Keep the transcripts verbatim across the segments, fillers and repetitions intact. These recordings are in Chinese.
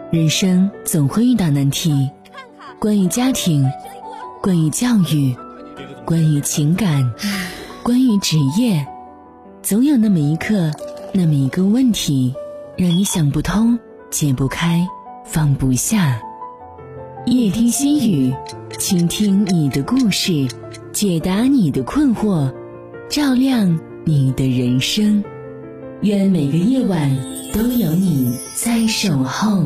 人生总会遇到难题，关于家庭，关于教育，关于情感，关于职业，总有那么一刻，那么一个问题，让你想不通，解不开，放不下。夜听心语，倾听你的故事，解答你的困惑，照亮你的人生。愿每个夜晚都有你在守候。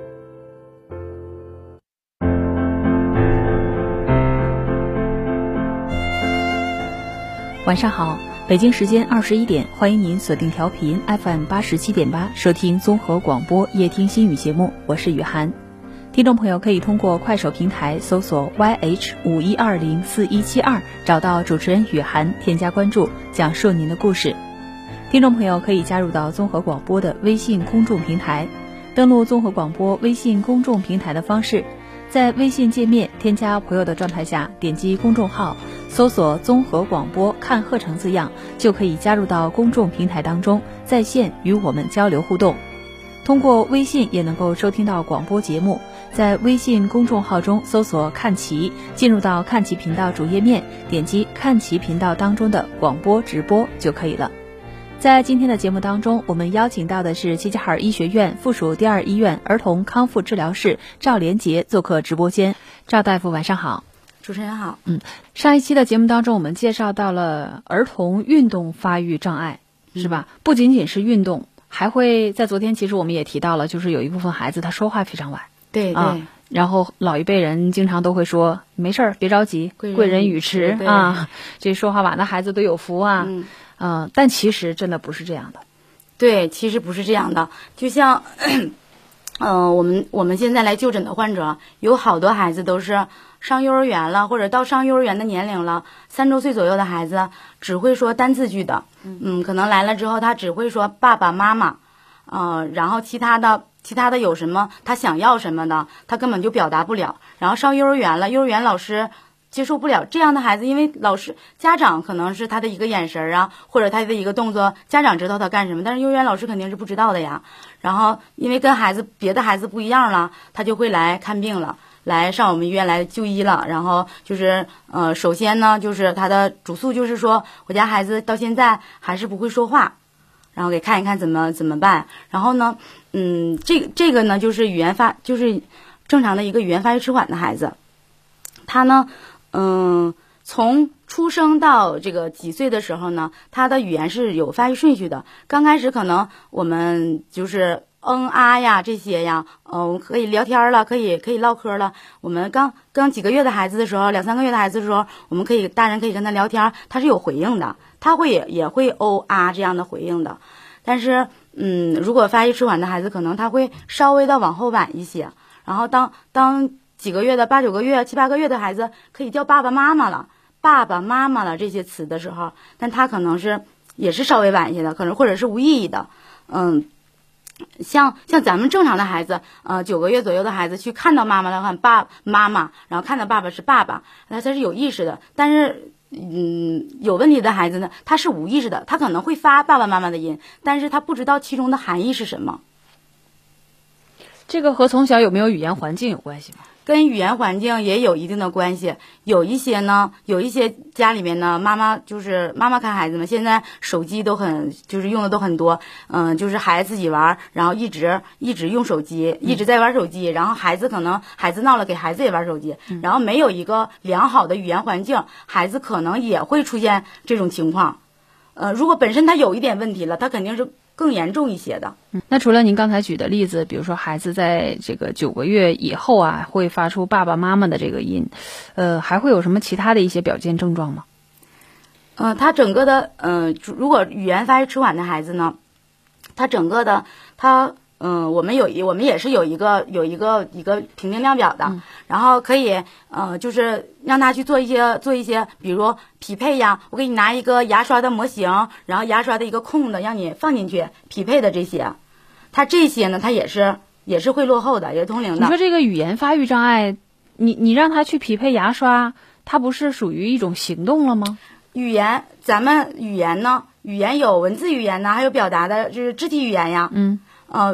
晚上好，北京时间二十一点，欢迎您锁定调频 F M 八十七点八，收听综合广播夜听心语节目，我是雨涵。听众朋友可以通过快手平台搜索 Y H 五一二零四一七二，找到主持人雨涵，添加关注，讲述您的故事。听众朋友可以加入到综合广播的微信公众平台，登录综合广播微信公众平台的方式，在微信界面添加朋友的状态下，点击公众号，搜索综合广播看课程字样，就可以加入到公众平台当中，在线与我们交流互动。通过微信也能够收听到广播节目，在微信公众号中搜索看齐，进入到看齐频道主页面，点击看齐频道当中的广播直播就可以了。在今天的节目当中，我们邀请到的是齐齐哈尔医学院附属第二医院儿童康复治疗室赵连杰做客直播间。赵大夫晚上好。 主持人好。 嗯，上一期的节目当中我们介绍到了儿童运动发育障碍，是吧？不仅仅是运动，还会在昨天其实我们也提到了，就是有一部分孩子他说话非常晚。 对对、 啊、然后老一辈人经常都会说没事儿别着急，贵人, 贵人语迟啊，这说话晚的孩子都有福啊。嗯呃，但其实真的不是这样的。 对，其实不是这样的。就像嗯、呃，我们我们现在来就诊的患者有好多孩子都是上幼儿园了，或者到上幼儿园的年龄了，三周岁左右的孩子只会说单字句的。嗯，可能来了之后他只会说爸爸妈妈，呃，然后其他的其他的有什么他想要什么的他根本就表达不了。然后上幼儿园了，幼儿园老师接受不了这样的孩子，因为老师家长可能是他的一个眼神啊，或者他的一个动作，家长知道他干什么，但是幼儿园老师肯定是不知道的呀。然后因为跟孩子别的孩子不一样了，他就会来看病了，来上我们医院来就医了。然后就是呃，首先呢，就是他的主诉就是说我家孩子到现在还是不会说话，然后给看一看怎么怎么办。然后呢，嗯，这个这个呢就是语言发就是正常的一个语言发育迟缓的孩子，他呢。嗯，从出生到这个几岁的时候呢，他的语言是有发育顺序的。刚开始可能我们就是嗯啊呀这些呀，嗯，可以聊天了，可以可以唠嗑了。我们刚刚几个月的孩子的时候，两三个月的孩子的时候，我们可以大人可以跟他聊天，他是有回应的，他会也也会哦啊这样的回应的。但是，嗯，如果发育迟缓的孩子，可能他会稍微的往后晚一些。然后当当。几个月的八九个月七八个月的孩子可以叫爸爸妈妈了爸爸妈妈了这些词的时候，但他可能是也是稍微晚一些的，可能或者是无意义的。嗯，像像咱们正常的孩子，呃九个月左右的孩子去看到妈妈的话，爸妈妈，然后看到爸爸是爸爸，那他是有意识的。但是嗯有问题的孩子呢，他是无意识的，他可能会发爸爸妈妈的音，但是他不知道其中的含义是什么。 这个和从小有没有语言环境有关系吗？ 跟语言环境也有一定的关系。有一些呢，有一些家里面呢，妈妈就是妈妈看孩子们，现在手机都很就是用的都很多，嗯，就是孩子自己玩，然后一直一直用手机，一直在玩手机，然后孩子可能孩子闹了，给孩子也玩手机，然后没有一个良好的语言环境，孩子可能也会出现这种情况。呃，如果本身他有一点问题了，他肯定是更严重一些的。 嗯，那除了您刚才举的例子，比如说孩子在这个九个月以后啊，会发出爸爸妈妈的这个音，呃，还会有什么其他的一些表现症状吗？ 呃，他整个的，呃，如果语言发育迟缓的孩子呢，他整个的，他，嗯、呃，我们有一，我们也是有一个有一个一个评定量表的，嗯、然后可以，呃，就是让他去做一些做一些，比如匹配呀，我给你拿一个牙刷的模型，然后牙刷的一个空的，让你放进去匹配的这些，他这些呢，他也是也是会落后的，也是同龄的。 你说这个语言发育障碍，你你让他去匹配牙刷，它不是属于一种行动了吗？ 语言，咱们语言呢，语言有文字语言呢，还有表达的，就是肢体语言呀。 嗯， 呃，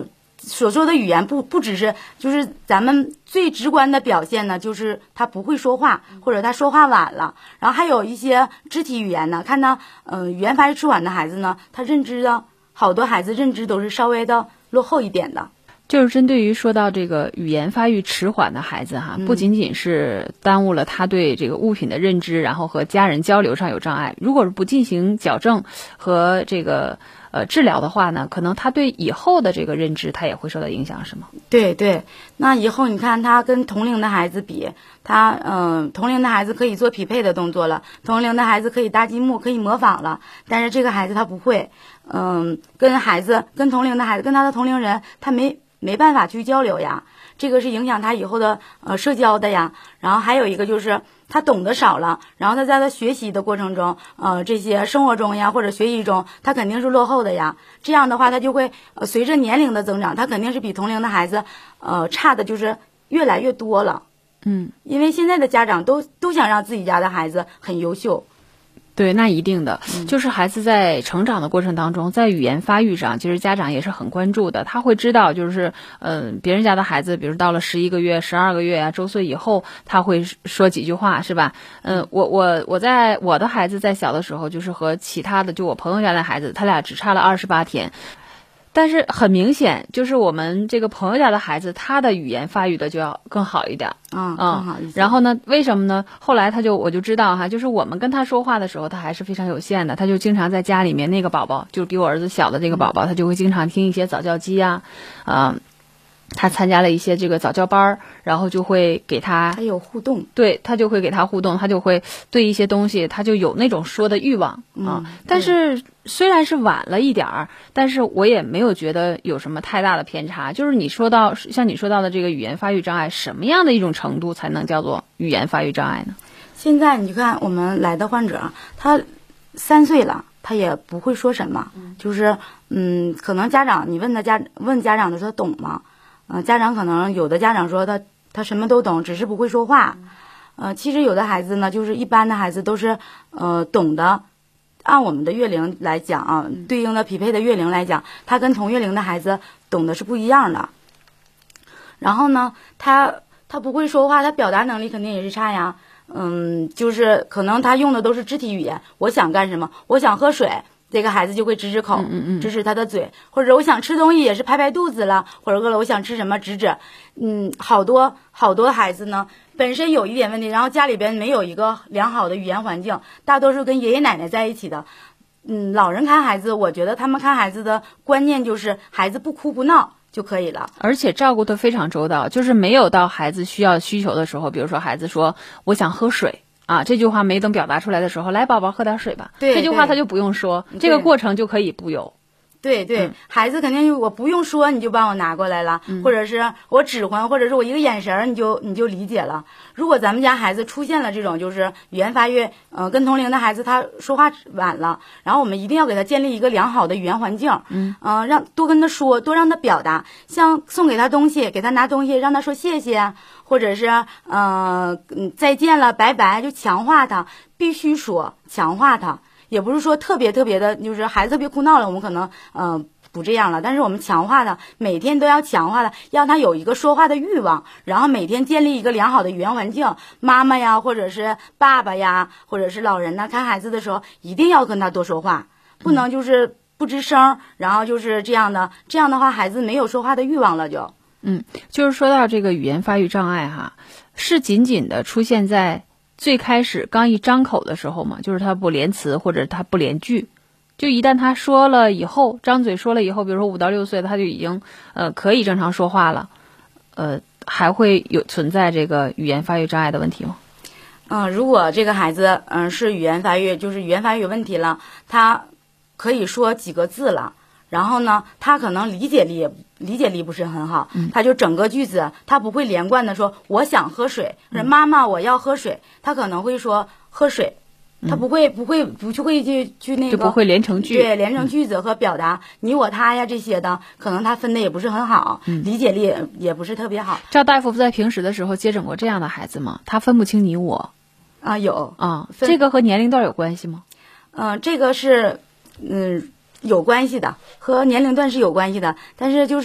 所说的语言不不只是就是咱们最直观的表现呢，就是他不会说话，或者他说话晚了，然后还有一些肢体语言呢，看到嗯、呃、语言发育迟缓的孩子呢，他认知的好多孩子认知都是稍微的落后一点的。 就是针对于说到这个语言发育迟缓的孩子哈，不仅仅是耽误了他对这个物品的认知，然后和家人交流上有障碍，如果是不进行矫正和这个呃治疗的话呢，可能他对以后的这个认知他也会受到影响，是吗？ 对对，那以后你看他跟同龄的孩子比，他嗯、呃、同龄的孩子可以做匹配的动作了，同龄的孩子可以搭积木，可以模仿了，但是这个孩子他不会，嗯、呃，跟孩子跟同龄的孩子跟他的同龄人他没。没办法去交流呀，这个是影响他以后的呃社交的呀。然后还有一个就是他懂得少了，然后他在他学习的过程中，呃这些生活中呀或者学习中，他肯定是落后的呀。这样的话，他就会呃随着年龄的增长，他肯定是比同龄的孩子呃差的就是越来越多了。 嗯， 因为现在的家长都都想让自己家的孩子很优秀。 对，那一定的，就是孩子在成长的过程当中，在语言发育上，其实家长也是很关注的。他会知道，就是嗯、呃，别人家的孩子，比如到了十一个月、十二个月啊，周岁以后，他会说几句话，是吧？嗯，我我我在我的孩子在小的时候，就是和其他的，就我朋友家的孩子，他俩只差了二十八天。但是很明显，就是我们这个朋友家的孩子，他的语言发育的就要更好一点。 嗯更好一些。 然后呢，为什么呢？后来他就我就知道哈，就是我们跟他说话的时候，他还是非常有限的。他就经常在家里面，那个宝宝就比我儿子小的这个宝宝，他就会经常听一些早教机啊，啊、呃。他参加了一些这个早教班，然后就会给他， 他有互动， 对他就会给他互动，他就会对一些东西，他就有那种说的欲望啊。 嗯、 但是虽然是晚了一点儿，但是我也没有觉得有什么太大的偏差。就是你说到像你说到的这个语言发育障碍，什么样的一种程度才能叫做语言发育障碍呢？ 现在你看我们来的患者，他三岁了。他也不会说什么，嗯、就是嗯，可能家长你问他家问家长的时候他懂吗？呃，家长可能有的家长说他他什么都懂，只是不会说话。呃，其实有的孩子呢，就是一般的孩子都是呃懂得，按我们的月龄来讲啊，对应的匹配的月龄来讲，他跟同月龄的孩子懂得是不一样的。然后呢，他他不会说话，他表达能力肯定也是差呀。嗯，就是可能他用的都是肢体语言，我想干什么，我想喝水。这个孩子就会指指口， 嗯嗯嗯指指他的嘴，或者我想吃东西也是拍拍肚子了，或者饿了我想吃什么指指。嗯，好多好多孩子呢，本身有一点问题，然后家里边没有一个良好的语言环境，大多数跟爷爷奶奶在一起的。嗯，老人看孩子，我觉得他们看孩子的观念就是孩子不哭不闹就可以了， 而且照顾得非常周到，就是没有到孩子需要需求的时候，比如说孩子说我想喝水。啊，这句话没等表达出来的时候，来宝宝喝点水吧。 对， 这句话他就不用说，这个过程就可以不有。 对对、嗯，孩子肯定我不用说你就帮我拿过来了、嗯，或者是我指唤，或者是我一个眼神你就你就理解了。如果咱们家孩子出现了这种就是语言发育，呃，跟同龄的孩子他说话晚了，然后我们一定要给他建立一个良好的语言环境， 嗯， 呃，让多跟他说，多让他表达，像送给他东西，给他拿东西，让他说谢谢，或者是呃嗯再见了，拜拜，就强化他，必须说，强化他。也不是说特别特别的，就是孩子特别哭闹了，我们可能呃不这样了。但是我们强化他，每天都要强化他，让他有一个说话的欲望，然后每天建立一个良好的语言环境。妈妈呀，或者是爸爸呀，或者是老人呢，看孩子的时候一定要跟他多说话，不能就是不吱声，然后就是这样的。这样的话，孩子没有说话的欲望了就。 嗯，就是说到这个语言发育障碍哈，是仅仅的出现在最开始刚一张口的时候嘛，就是他不连词或者他不连句，就一旦他说了以后，张嘴说了以后，比如说五到六岁，他就已经呃可以正常说话了，呃，还会有存在这个语言发育障碍的问题吗？ 嗯，如果这个孩子嗯是语言发育，就是语言发育有问题了，他可以说几个字了。然后呢，他可能理解力也理解力不是很好， 嗯、 他就整个句子他不会连贯的说我想喝水，或者妈妈我要喝水，他可能会说喝水，他不会、嗯、不会不会去去那个就不会连成句， 对，连成句子和表达、嗯、你我他呀这些的，可能他分的也不是很好， 嗯、 理解力也也不是特别好。 赵大夫在平时的时候接诊过这样的孩子吗？他分不清你我啊，有啊，这个和年龄段有关系吗？ 嗯、呃，这个是嗯。有关系的，和年龄段是有关系的，但是就是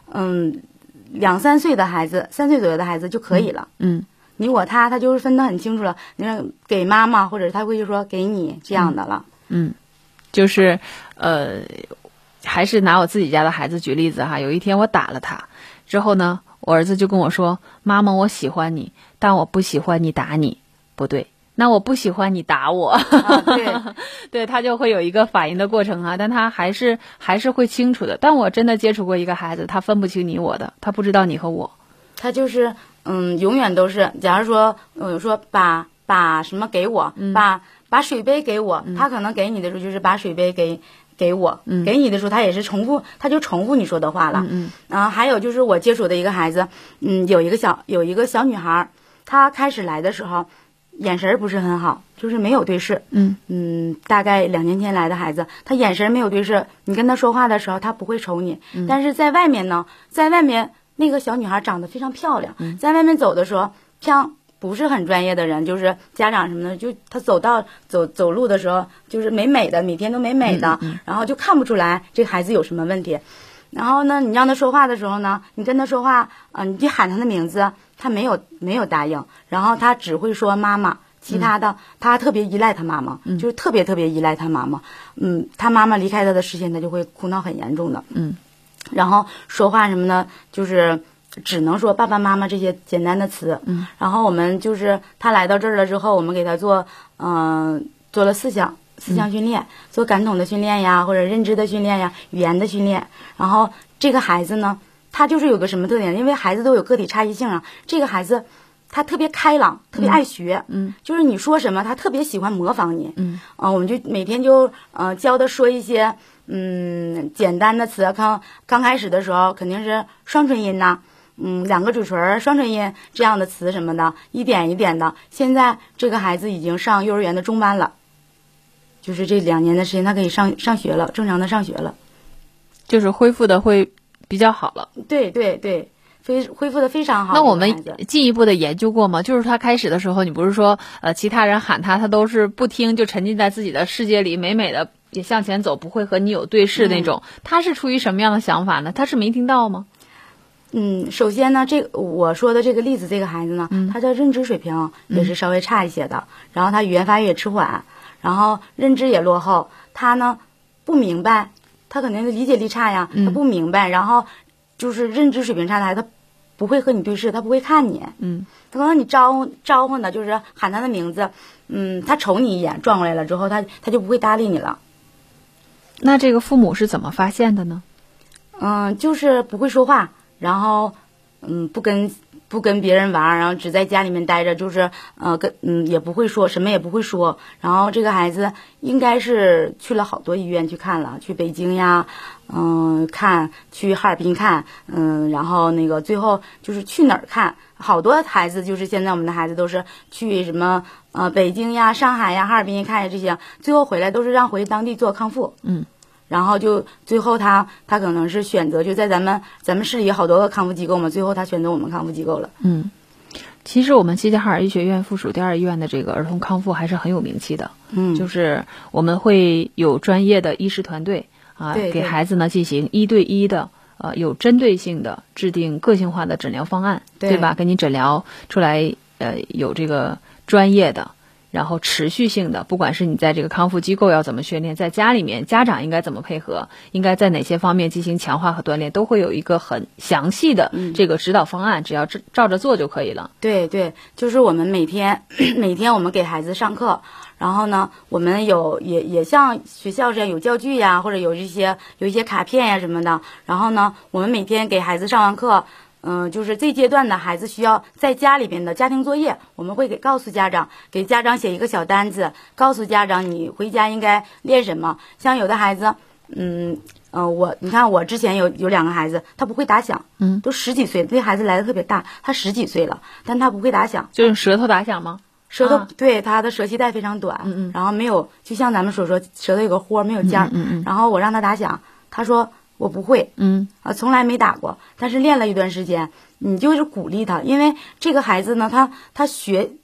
嗯，两三岁的孩子，三岁左右的孩子就可以了。 嗯， 你我他，他就是分得很清楚了。你说给妈妈，或者他会就说给你这样的了。 嗯，就是呃，还是拿我自己家的孩子举例子哈。有一天我打了他之后呢，我儿子就跟我说：“妈妈，我喜欢你，但我不喜欢你打你。”不对。那我不喜欢你打我， 啊、对， 对他就会有一个反应的过程啊，但他还是还是会清楚的。但我真的接触过一个孩子，他分不清你我的，他不知道你和我， 他就是嗯，永远都是，假如说嗯说把把什么给我，嗯、把把水杯给我，嗯、他可能给你的时候就是把水杯给给我，嗯、给你的时候他也是重复，他就重复你说的话了， 嗯嗯，啊，还有就是我接触的一个孩子，嗯，有一个小有一个小女孩，她开始来的时候。眼神不是很好，就是没有对视。 嗯嗯，大概两年前来的孩子，他眼神没有对视，你跟他说话的时候，他不会瞅你。嗯、但是在外面呢，在外面那个小女孩长得非常漂亮，嗯、在外面走的时候，像不是很专业的人，就是家长什么的，就他走到走走路的时候，就是美美的，每天都美美的， 嗯嗯、 然后就看不出来这个孩子有什么问题。然后呢，你让他说话的时候呢，你跟他说话，啊、呃，你就喊他的名字。他没有没有答应，然后他只会说妈妈，其他的、嗯、他特别依赖他妈妈，嗯、就是特别特别依赖他妈妈。嗯，他妈妈离开他的时间，他就会哭闹很严重的。 嗯， 然后说话什么的，就是只能说爸爸妈妈这些简单的词。 嗯， 然后我们就是他来到这儿了之后，我们给他做嗯、呃、做了四项四项训练，嗯、做感统的训练呀，或者认知的训练呀，语言的训练。然后这个孩子呢。他就是有个什么特点？因为孩子都有个体差异性啊。这个孩子，他特别开朗，特别爱学。 嗯， 就是你说什么，他特别喜欢模仿你。 嗯， 啊、呃，我们就每天就呃教他说一些嗯简单的词。刚刚开始的时候肯定是双唇音呐、嗯，两个嘴唇双唇音这样的词什么的，一点一点的。现在这个孩子已经上幼儿园的中班了，就是这两年的时间，他可以上上学了，正常的上学了， 就是恢复的会。比较好了， 对对对，非恢复的非常好。 那我们进一步的研究过吗？就是他开始的时候，你不是说呃其他人喊他，他都是不听，就沉浸在自己的世界里，美美的也向前走，不会和你有对视那种。嗯、他是出于什么样的想法呢？他是没听到吗？ 嗯，首先呢，这个我说的这个例子，这个孩子呢， 嗯、 他的认知水平也是稍微差一些的，嗯、然后他语言发育也迟缓，然后认知也落后，他呢不明白。他肯定是理解力差呀，他不明白，嗯、然后就是认知水平差的孩子，他不会和你对视，他不会看你， 嗯， 他可能你招招呼呢，就是喊他的名字，嗯，他瞅你一眼，转过来了之后，他他就不会搭理你了。 那这个父母是怎么发现的呢？ 嗯，就是不会说话，然后嗯不跟不跟别人玩，然后只在家里面待着，就是呃跟嗯也不会说什么也不会说。然后这个孩子应该是去了好多医院去看了，去北京呀，嗯、呃、看，去哈尔滨看，嗯，然后那个最后就是去哪儿看，好多孩子就是现在我们的孩子都是去什么呃北京呀、上海呀、哈尔滨看呀这些，最后回来都是让回当地做康复。 嗯。 然后就最后他他可能是选择就在咱们咱们市里有好多个康复机构嘛，最后他选择我们康复机构了。 嗯，其实我们齐齐哈尔医学院附属第二医院的这个儿童康复还是很有名气的。 嗯， 就是我们会有专业的医师团队啊， 对对给孩子呢进行一对一的呃有针对性的制定个性化的诊疗方案， 对, 对吧？给你诊疗出来呃有这个专业的。然后持续性的，不管是你在这个康复机构要怎么训练，在家里面家长应该怎么配合，应该在哪些方面进行强化和锻炼，都会有一个很详细的这个指导方案，嗯、只要照着做就可以了。 对对，就是我们每天每天我们给孩子上课，然后呢，我们有也也像学校这样有教具呀，或者有一些有一些卡片呀什么的，然后呢，我们每天给孩子上完课。嗯，就是这阶段的孩子需要在家里边的家庭作业，我们会给告诉家长，给家长写一个小单子，告诉家长你回家应该练什么。像有的孩子，嗯，呃，我你看我之前有有两个孩子，他不会打响， 嗯， 都十几岁，那孩子来的特别大，他十几岁了，但他不会打响， 就用舌头打响吗？ 舌头、 啊、 对，他的舌系带非常短， 嗯嗯， 然后没有，就像咱们所说，舌头有个豁，没有尖儿， 嗯嗯嗯， 然后我让他打响，他说。我不会， 嗯啊，从来没打过，但是练了一段时间，你就是鼓励他，因为这个孩子呢，他他学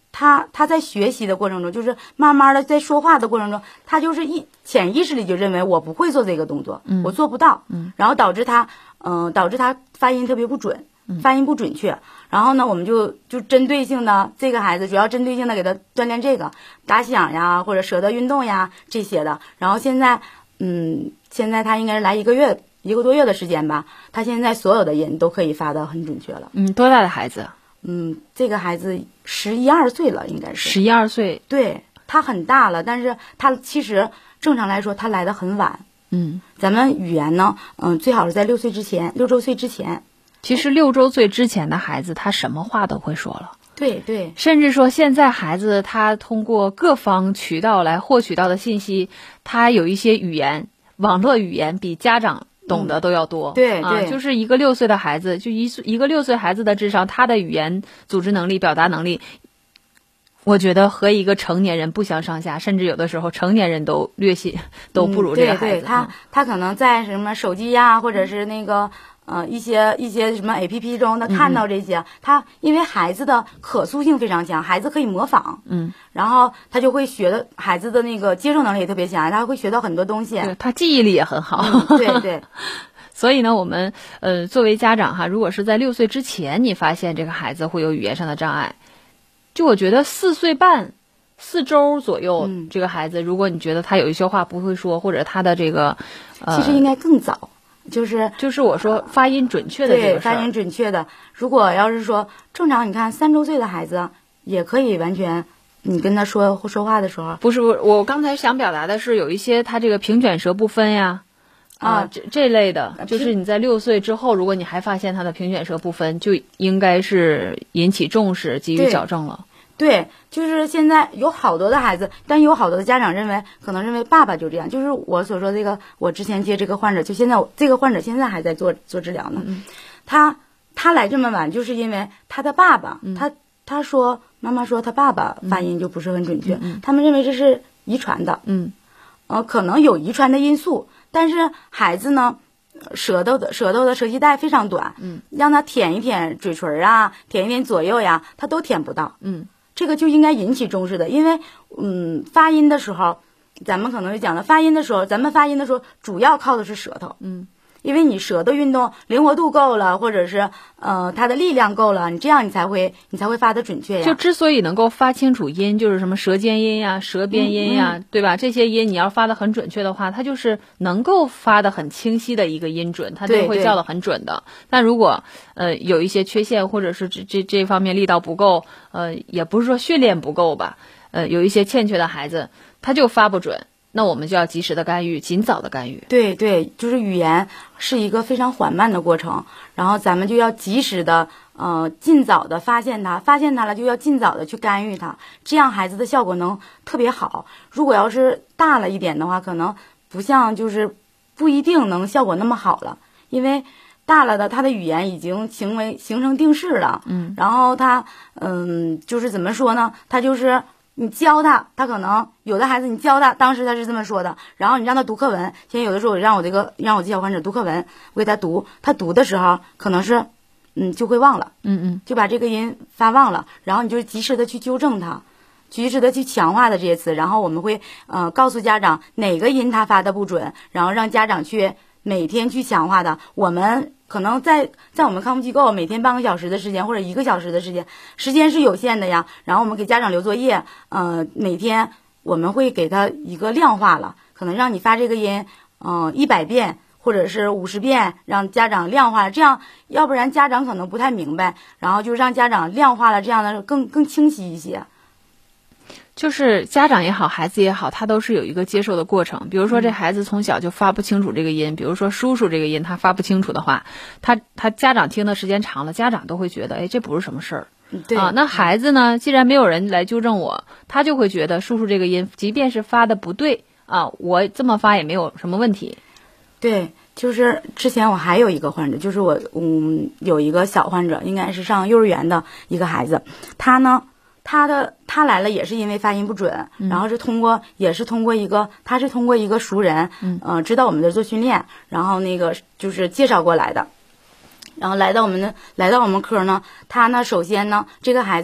他他在学习的过程中，就是慢慢的在说话的过程中，他就是一潜意识里就认为我不会做这个动作， 嗯、 我做不到， 嗯， 然后导致他，嗯、呃，导致他发音特别不准，发音不准确。然后呢，我们就就针对性的这个孩子，主要针对性的给他锻炼这个打响呀，或者舌的运动呀这些的。然后现在，嗯，现在他应该是来一个月一个多月的时间吧，他现在所有的音都可以发得很准确了。 嗯，多大的孩子？ 嗯，这个孩子十一二岁了，应该是十一二岁。 对，他很大了，但是他其实正常来说他来的很晚。 嗯， 咱们语言呢，嗯，最好是在六岁之前，六周岁之前。 其实六周岁之前的孩子，他什么话都会说了。 对对， 甚至说现在孩子他通过各方渠道来获取到的信息，他有一些语言，网络语言比家长懂得都要多。 嗯、对啊， 对， 就是一个六岁的孩子，就一一个六岁孩子的智商，他的语言组织能力、表达能力，我觉得和一个成年人不相上下，甚至有的时候成年人都略些都不如这个孩子。 嗯、对对，他他可能在什么手机呀，或者是那个。呃，一些一些什么 A P P 中，他看到这些，嗯、他因为孩子的可塑性非常强，孩子可以模仿， 嗯， 然后他就会学的，孩子的那个接受能力也特别强，他会学到很多东西， 对，他记忆力也很好， 嗯、对对。 所以呢，我们呃作为家长哈，如果是在六岁之前，你发现这个孩子会有语言上的障碍，就我觉得四岁半、四周左右， 嗯、 这个孩子，如果你觉得他有一些话不会说，或者他的这个，呃， 其实应该更早。就是就是我说发音准确的这个事儿， 对，发音准确的。如果要是说正常，你看三周岁的孩子也可以完全，你跟他说说话的时候， 不是我刚才想表达的是，有一些他这个平卷舌不分呀，啊，这这类的，就是你在六岁之后，如果你还发现他的平卷舌不分，就应该是引起重视，给予矫正了。 对，就是现在有好多的孩子，但有好多的家长认为，可能认为爸爸就这样。就是我所说这个，我之前接这个患者，就现在这个患者现在还在做做治疗呢。 嗯、 他他来这么晚，就是因为他的爸爸， 嗯、 他他说妈妈说他爸爸发音就不是很准确， 嗯、 他们认为这是遗传的， 嗯， 呃，可能有遗传的因素，但是孩子呢，舌头的舌头的舌系带非常短， 嗯， 让他舔一舔嘴唇啊，舔一舔左右呀，他都舔不到， 嗯。 这个就应该引起重视的，因为，嗯，发音的时候，咱们可能就讲了，发音的时候，咱们发音的时候，主要靠的是舌头， 嗯， 因为你舌头运动灵活度够了，或者是呃它的力量够了，你这样你才会你才会发得准确呀。 就之所以能够发清楚音，就是什么舌尖音呀、舌边音呀， 嗯嗯、 对吧？这些音你要发得很准确的话，它就是能够发得很清晰的一个音准，它就会叫得很准的。但如果呃有一些缺陷，或者是这这这方面力道不够，呃，也不是说训练不够吧，呃，有一些欠缺的孩子，他就发不准。那我们就要及时的干预，尽早的干预。 对对，就是语言是一个非常缓慢的过程，然后咱们就要及时的，呃，尽早的发现它，发现它了就要尽早的去干预它，这样孩子的效果能特别好。如果要是大了一点的话，可能不像就是不一定能效果那么好了，因为大了的他的语言已经行为形成定势了， 嗯， 然后他嗯，就是怎么说呢，他就是。你教他，他可能有的孩子你教他，当时他是这么说的，然后你让他读课文。现在有的时候我让我这个让我这小患者读课文，我给他读，他读的时候可能是，嗯，就会忘了， 嗯嗯， 就把这个音发忘了，然后你就及时的去纠正他，及时的去强化的这些词，然后我们会呃告诉家长哪个音他发的不准，然后让家长去每天去强化的。我们可能在在我们康复机构每天半个小时的时间或者一个小时的时间，时间是有限的呀。然后我们给家长留作业，呃，每天我们会给他一个量化了，可能让你发这个音，嗯，一百遍或者是五十遍，让家长量化，这样要不然家长可能不太明白，然后就让家长量化了，这样的更更清晰一些。 就是家长也好，孩子也好，他都是有一个接受的过程。比如说这孩子从小就发不清楚这个音，嗯、比如说叔叔这个音他发不清楚的话，他他家长听的时间长了，家长都会觉得，哎，这不是什么事儿。 对啊，那孩子呢，既然没有人来纠正我，他就会觉得叔叔这个音，即便是发的不对啊，我这么发也没有什么问题。 对，就是之前我还有一个患者，就是我嗯有一个小患者，应该是上幼儿园的一个孩子，他呢。他的他来了也是因为发音不准， 嗯、 然后是通过也是通过一个他是通过一个熟人， 嗯、 呃，知道我们这做训练，然后那个就是介绍过来的，然后来到我们的来到我们科呢，他呢首先呢这个孩子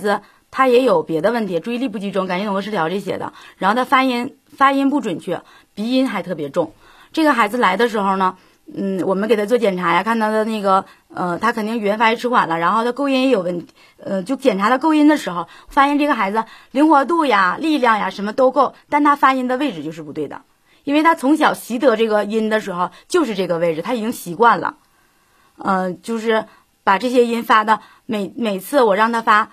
他也有别的问题，注意力不集中、感觉统合失调这些的，然后他发音发音不准确，鼻音还特别重。这个孩子来的时候呢，嗯，我们给他做检查呀，看他的那个呃，他肯定语言发育迟缓了，然后他构音也有问题，呃，就检查他构音的时候，发现这个孩子灵活度呀、力量呀什么都够，但他发音的位置就是不对的，因为他从小习得这个音的时候就是这个位置，他已经习惯了，呃，就是把这些音发的每每次我让他发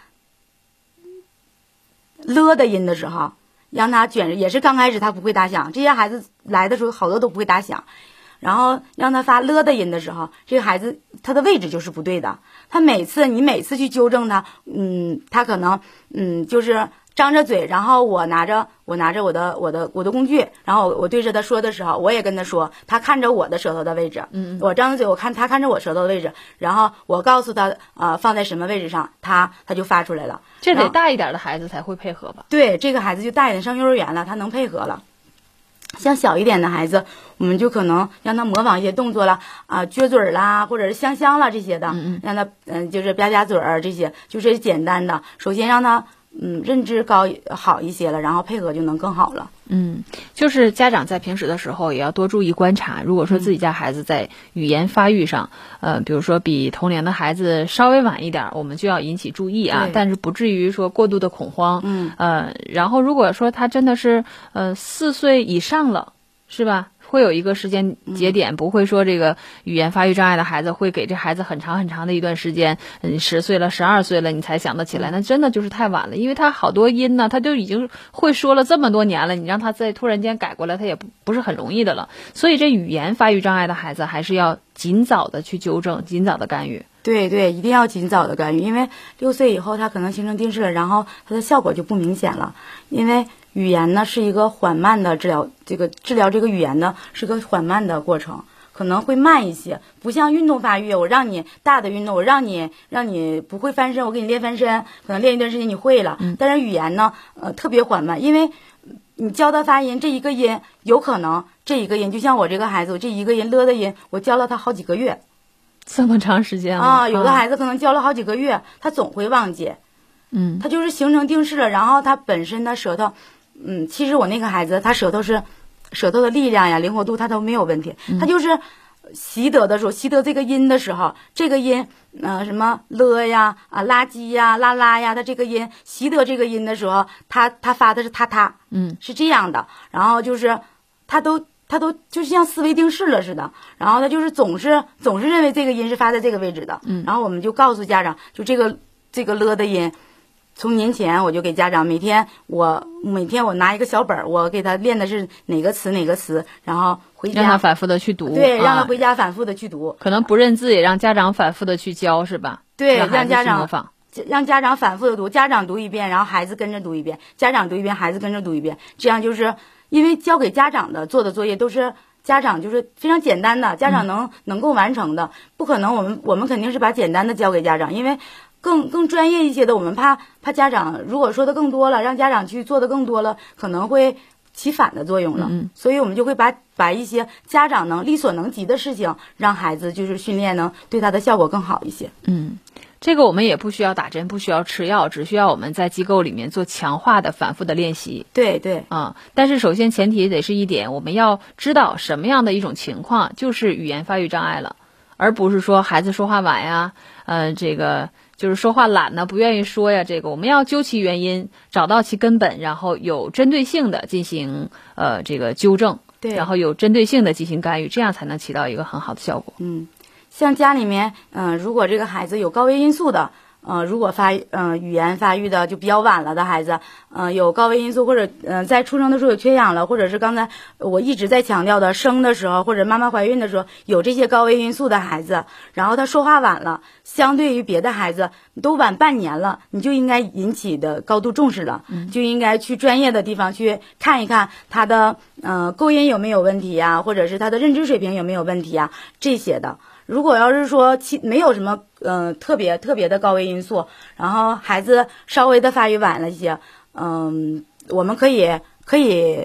了的音的时候，让他卷着，也是刚开始他不会打响，这些孩子来的时候好多都不会打响。然后让他发了的音的时候，这个孩子他的位置就是不对的。他每次你每次去纠正他，嗯，他可能嗯就是张着嘴，然后我拿着我拿着我的我的我的工具，然后我对着他说的时候，我也跟他说，他看着我的舌头的位置，嗯，我张着嘴，我看他看着我舌头的位置，然后我告诉他呃放在什么位置上，他他就发出来了。 这得大一点的孩子才会配合吧？ 对，这个孩子就大一点，上幼儿园了，他能配合了。像小一点的孩子，我们就可能让他模仿一些动作了啊，撅嘴啦，或者是香香啦这些的，嗯让他嗯就是吧嗒嘴儿这些，就是简单的。首先让他嗯认知高好一些了，然后配合就能更好了。 嗯，就是家长在平时的时候也要多注意观察。如果说自己家孩子在语言发育上，呃，比如说比同龄的孩子稍微晚一点，我们就要引起注意啊，但是不至于说过度的恐慌。嗯，呃，然后如果说他真的是呃四岁以上了，是吧？会有一个时间节点，不会说这个语言发育障碍的孩子会给这孩子很长很长的一段时间，嗯，十岁了、十二岁了，你才想得起来，那真的就是太晚了，因为他好多音呢，他就已经会说了这么多年了，你让他再突然间改过来，他也不不是很容易的了。所以这语言发育障碍的孩子还是要尽早的去纠正，尽早的干预。 对对，一定要尽早的干预，因为六岁以后他可能形成定势了，然后他的效果就不明显了，因为语言呢是一个缓慢的治疗，这个治疗这个语言呢是个缓慢的过程，可能会慢一些，不像运动发育，我让你大的运动，我让你让你不会翻身，我给你练翻身，可能练一段时间你会了，嗯、但是语言呢，呃，特别缓慢，因为你教他发音，这一个音有可能这一个音，就像我这个孩子，我这一个音了的音，我教了他好几个月。 这么长时间了啊！有的孩子可能教了好几个月，他总会忘记， 嗯， 他就是形成定势了。然后他本身的舌头，嗯，其实我那个孩子他舌头是舌头的力量呀、灵活度他都没有问题，他就是习得的时候，习得这个音的时候，这个音，呃，什么了呀、啊垃圾呀、啦啦呀，他这个音习得这个音的时候，他他发的是他他， 嗯， 是这样的。然后就是他都。他都就像思维定势了似的，然后他就是总是总是认为这个音是发在这个位置的，嗯，然后我们就告诉家长，就这个这个了的音，从年前我就给家长每天我每天我拿一个小本儿，我给他练的是哪个词哪个词，然后回家让他反复的去读， 对，让他回家反复的去读， 啊、可能不认字也让家长反复的去教，是吧？ 对， 让让家长模仿。 让家长反复的读，家长读一遍，然后孩子跟着读一遍，家长读一遍，孩子跟着读一遍，这样就是因为交给家长的做的作业都是家长就是非常简单的，家长能、嗯、能够完成的，不可能我们我们肯定是把简单的交给家长，因为更更专业一些的，我们怕怕家长如果说的更多了，让家长去做的更多了，可能会起反的作用了， 嗯， 所以我们就会把把一些家长能力所能及的事情，让孩子就是训练呢，对他的效果更好一些， 嗯。这个我们也不需要打针，不需要吃药，只需要我们在机构里面做强化的反复的练习。 对对啊、嗯，但是首先前提得是一点，我们要知道什么样的一种情况就是语言发育障碍了，而不是说孩子说话晚呀，呃，这个就是说话懒呢，不愿意说呀。这个我们要究其原因，找到其根本，然后有针对性的进行呃这个纠正， 对， 然后有针对性的进行干预，这样才能起到一个很好的效果。 嗯。像家里面，嗯、呃，如果这个孩子有高危因素的，呃，如果发，嗯、呃，语言发育的就比较晚了的孩子，嗯、呃，有高危因素或者，嗯、呃，在出生的时候有缺氧了，或者是刚才我一直在强调的生的时候或者妈妈怀孕的时候有这些高危因素的孩子，然后他说话晚了，相对于别的孩子都晚半年了，你就应该引起的高度重视了，嗯、就应该去专业的地方去看一看他的，呃，构音有没有问题呀，或者是他的认知水平有没有问题呀，这些的。如果要是说其没有什么呃特别特别的高危因素，然后孩子稍微的发育晚了一些，嗯，我们可以可以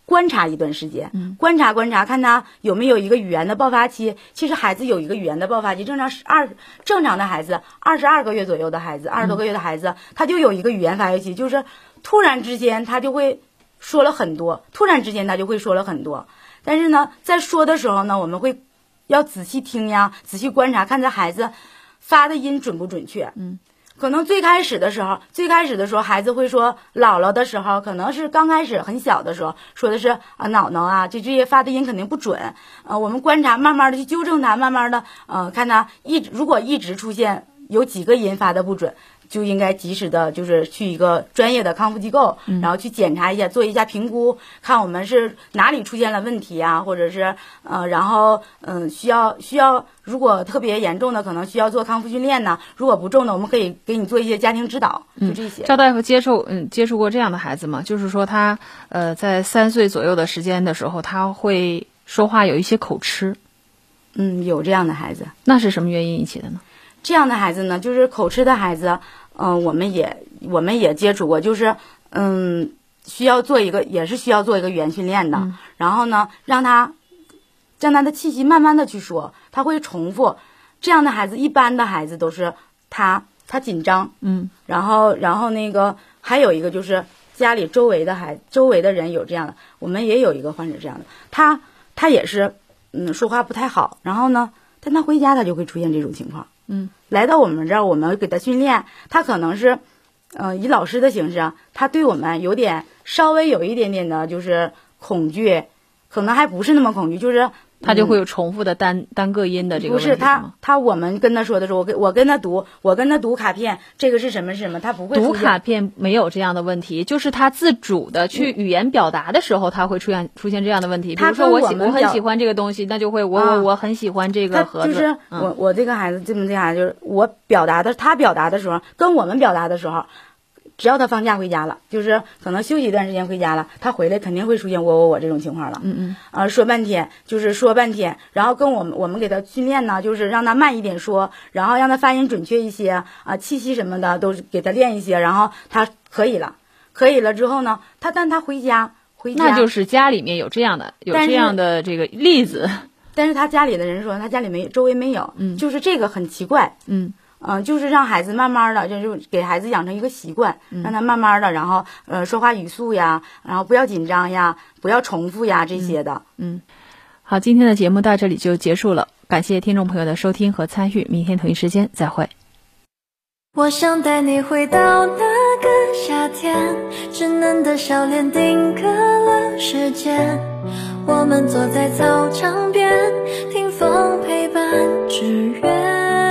观察一段时间， 嗯， 观察观察，看他有没有一个语言的爆发期。其实孩子有一个语言的爆发期，正常是二正常的孩子，二十二个月左右的孩子，二十多个月的孩子，他就有一个语言发育期，就是突然之间他就会说了很多，突然之间他就会说了很多。但是呢，在说的时候呢，我们会要仔细听呀，仔细观察，看这孩子发的音准不准确。 嗯。 可能最开始的时候，最开始的时候，孩子会说姥姥的时候，可能是刚开始很小的时候说的是啊姥姥啊，就这些发的音肯定不准。呃，我们观察，慢慢的去纠正他，慢慢的呃看他一直如果一直出现有几个音发的不准，就应该及时的就是去一个专业的康复机构， 嗯、 然后去检查一下，做一下评估，看我们是哪里出现了问题啊，或者是呃然后嗯、呃、需要需要。如果特别严重的，可能需要做康复训练呢；如果不重的，我们可以给你做一些家庭指导，就这些。 赵大夫接触嗯接触过这样的孩子吗？就是说他呃在三岁左右的时间的时候，他会说话有一些口吃。 嗯，有这样的孩子。 那是什么原因引起的呢？ 这样的孩子呢，就是口吃的孩子，嗯、呃，我们也我们也接触过，就是嗯需要做一个，也是需要做一个语言训练的， 嗯、 然后呢让他。让他的气息慢慢的去说，他会重复。这样的孩子，一般的孩子都是他他紧张， 嗯， 然后然后那个还有一个就是家里周围的孩周围的人有这样的，我们也有一个患者这样的，他他也是嗯说话不太好，然后呢，但他回家他就会出现这种情况， 嗯， 来到我们这儿，我们给他训练，他可能是呃以老师的形式，他对我们有点稍微有一点点的就是恐惧，可能还不是那么恐惧，就是。 他就会有重复的单、嗯、单个音的这个问题。 不是他，他我们跟他说的时候，我跟我跟他读，我跟他读卡片，这个是什么是什么，他不会读卡片没有这样的问题，就是他自主的去语言表达的时候，他会出现出现这样的问题。比如说我喜我很喜欢这个东西，那就会我、啊、我我很喜欢这个盒子。 就是我、嗯、我这个孩子这么这孩子，就是我表达的，他表达的时候跟我们表达的时候。只要他放假回家了，就是可能休息一段时间回家了，他回来肯定会出现我我我这种情况了。 嗯嗯， 啊、呃，说半天就是说半天，然后跟我们我们给他训练呢，就是让他慢一点说，然后让他发音准确一些啊、呃，气息什么的都给他练一些，然后他可以了，可以了之后呢，他但他回家回家， 那就是家里面有这样的有这样的这个例子， 但是他家里的人说他家里没周围没有， 嗯， 就是这个很奇怪， 嗯。 嗯、呃，就是让孩子慢慢的，就是给孩子养成一个习惯， 嗯、 让他慢慢的，然后呃说话语速呀，然后不要紧张呀，不要重复呀这些的。 嗯，嗯好，今天的节目到这里就结束了，感谢听众朋友的收听和参与，明天同一时间再会。 我想带你回到那个夏天，稚嫩的笑脸定格了时间，我们坐在操场边，听风陪伴支援。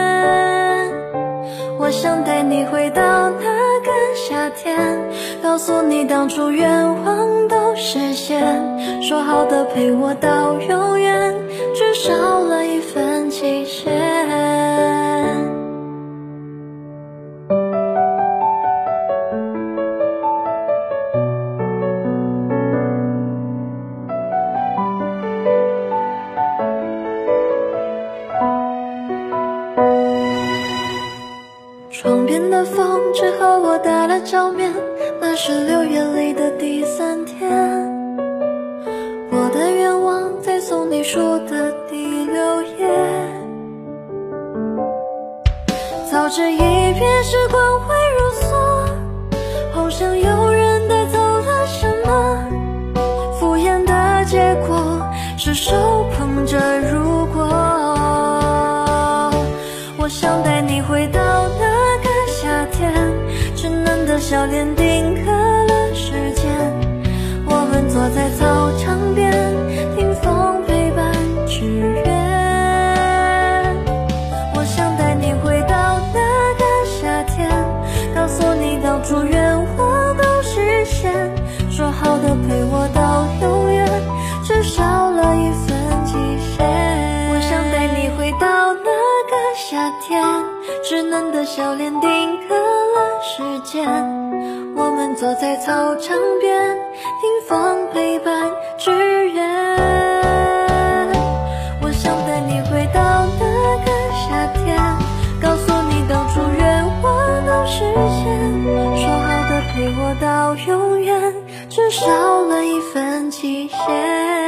我想带你回到那个夏天，告诉你当初愿望都实现，说好的陪我到永远，只少了一份期限。窗边的风之后我打了照面，那是六月里的第三天，我的愿望在送你书的第六页，早知一别时光会如梭，好像有人带走了什么，敷衍的结果是手捧着如果。我想带你回到那笑脸定格了时间，我们坐在操场边，听风陪伴支援。我想带你回到那个夏天，告诉你当初愿望都实现，说好的陪我到永远，只少了一份期限。我想带你回到那个夏天，稚嫩的笑脸定格了时间，我们坐在操场边，听风陪伴支援。我想带你回到那个夏天，告诉你当初愿望都实现，说好的陪我到永远， 只少了一份期限。